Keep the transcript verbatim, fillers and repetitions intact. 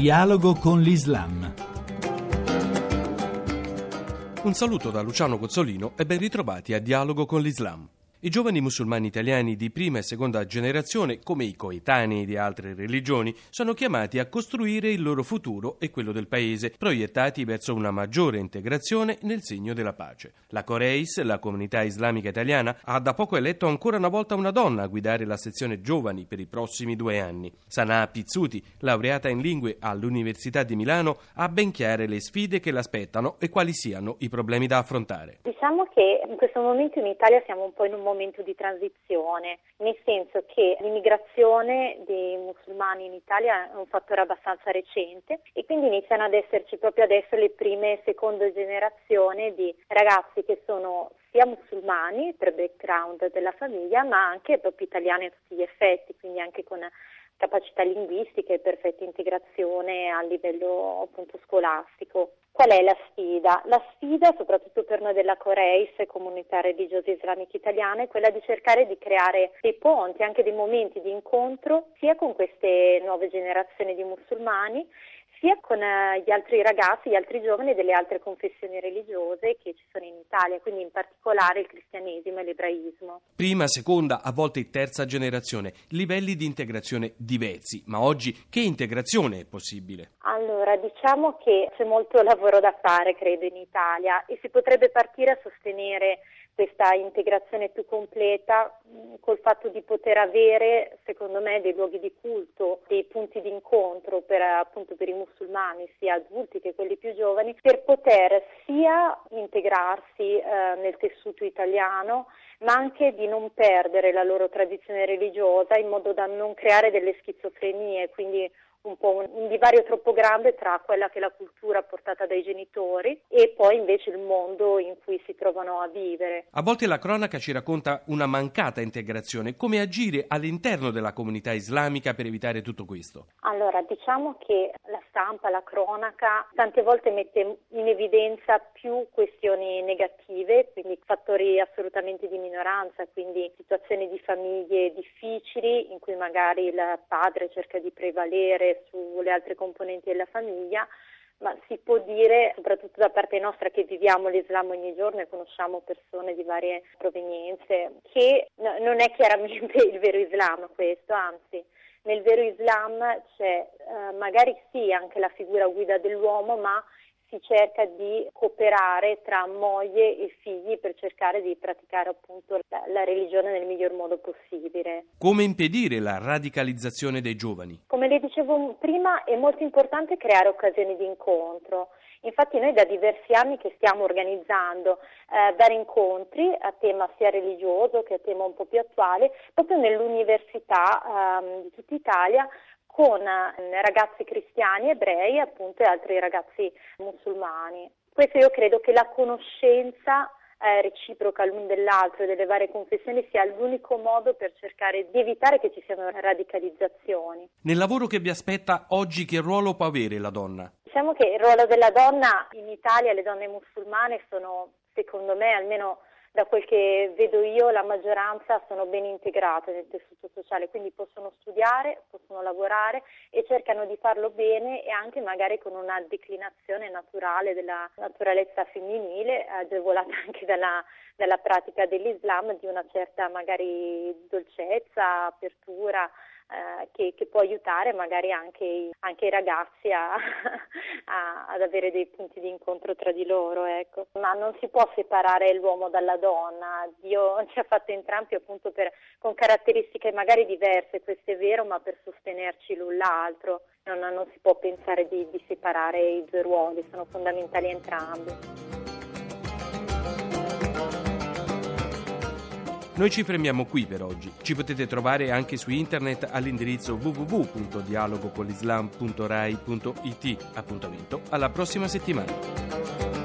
Dialogo con l'Islam. Un saluto da Luciano Cozzolino e ben ritrovati a Dialogo con l'Islam. I giovani musulmani italiani di prima e seconda generazione, come i coetanei di altre religioni, sono chiamati a costruire il loro futuro e quello del paese, proiettati verso una maggiore integrazione nel segno della pace. La Coreis, la comunità islamica italiana, ha da poco eletto ancora una volta una donna a guidare la sezione giovani per i prossimi due anni. Sanaa Pizzuti, laureata in lingue all'Università di Milano, ha ben chiare le sfide che l'aspettano e quali siano i problemi da affrontare. Diciamo che in questo momento in Italia siamo un po' in un momento di transizione, nel senso che l'immigrazione dei musulmani in Italia è un fattore abbastanza recente e quindi iniziano ad esserci proprio adesso le prime e seconde generazioni di ragazzi che sono sia musulmani per background della famiglia, ma anche proprio italiani a tutti gli effetti, quindi anche con capacità linguistiche e perfetta integrazione a livello appunto scolastico. Qual è la sfida? La sfida, soprattutto per noi della Coreis, comunità religiosa islamica italiana, è quella di cercare di creare dei ponti, anche dei momenti di incontro, sia con queste nuove generazioni di musulmani, sia con uh, gli altri ragazzi, gli altri giovani delle altre confessioni religiose che ci sono in Italia, quindi in particolare il cristianesimo e l'ebraismo. Prima, seconda, a volte terza generazione, livelli di integrazione diversi, ma oggi che integrazione è possibile? Allora, diciamo che c'è molto lavoro da fare, credo, in Italia e si potrebbe partire a sostenere questa integrazione più completa mh, col fatto di poter avere, secondo me, dei luoghi di culto, dei punti di incontro per appunto per i musulmani, sia adulti che quelli più giovani, per poter sia integrarsi eh, nel tessuto italiano, ma anche di non perdere la loro tradizione religiosa in modo da non creare delle schizofrenie, quindi un po' un, un divario troppo grande tra quella che è la cultura portata dai genitori e poi invece il mondo in cui si trovano a vivere. A volte la cronaca ci racconta una mancata integrazione. Come agire all'interno della comunità islamica per evitare tutto questo? Allora, diciamo che la stampa, la cronaca, tante volte mette in evidenza più questioni negative, quindi fattori assolutamente di minoranza, quindi situazioni di famiglie difficili in cui magari il padre cerca di prevalere sulle altre componenti della famiglia, ma si può dire, soprattutto da parte nostra che viviamo l'Islam ogni giorno e conosciamo persone di varie provenienze, che no, non è chiaramente il vero Islam questo, anzi nel vero Islam c'è eh, magari sì anche la figura guida dell'uomo, ma si cerca di cooperare tra moglie e figli per cercare di praticare appunto la, la religione nel miglior modo possibile. Come impedire la radicalizzazione dei giovani? Come le dicevo prima, è molto importante creare occasioni di incontro. Infatti noi da diversi anni che stiamo organizzando eh, vari incontri a tema sia religioso che a tema un po' più attuale, proprio nell'università ehm, di tutta Italia, con ragazzi cristiani, ebrei appunto e altri ragazzi musulmani. Questo io credo che la conoscenza eh, reciproca l'un dell'altro e delle varie confessioni sia l'unico modo per cercare di evitare che ci siano radicalizzazioni. Nel lavoro che vi aspetta oggi, che ruolo può avere la donna? Diciamo che il ruolo della donna in Italia, le donne musulmane sono, secondo me, almeno da quel che vedo io, la maggioranza sono ben integrate nel tessuto sociale, quindi possono studiare, possono lavorare e cercano di farlo bene e anche magari con una declinazione naturale della naturalezza femminile, agevolata anche dalla, dalla pratica dell'Islam, di una certa magari dolcezza, apertura, Eh, che, che può aiutare magari anche i, anche i ragazzi a, a, ad avere dei punti di incontro tra di loro, ecco. Ma non si può separare l'uomo dalla donna. Dio ci ha fatto entrambi appunto per, con caratteristiche magari diverse, questo è vero, ma per sostenerci l'un l'altro. Non, non si può pensare di, di separare i due ruoli, sono fondamentali entrambi. Noi ci fermiamo qui per oggi. Ci potete trovare anche su internet all'indirizzo w w w punto dialogo con l'islam punto rai punto it. Appuntamento alla prossima settimana.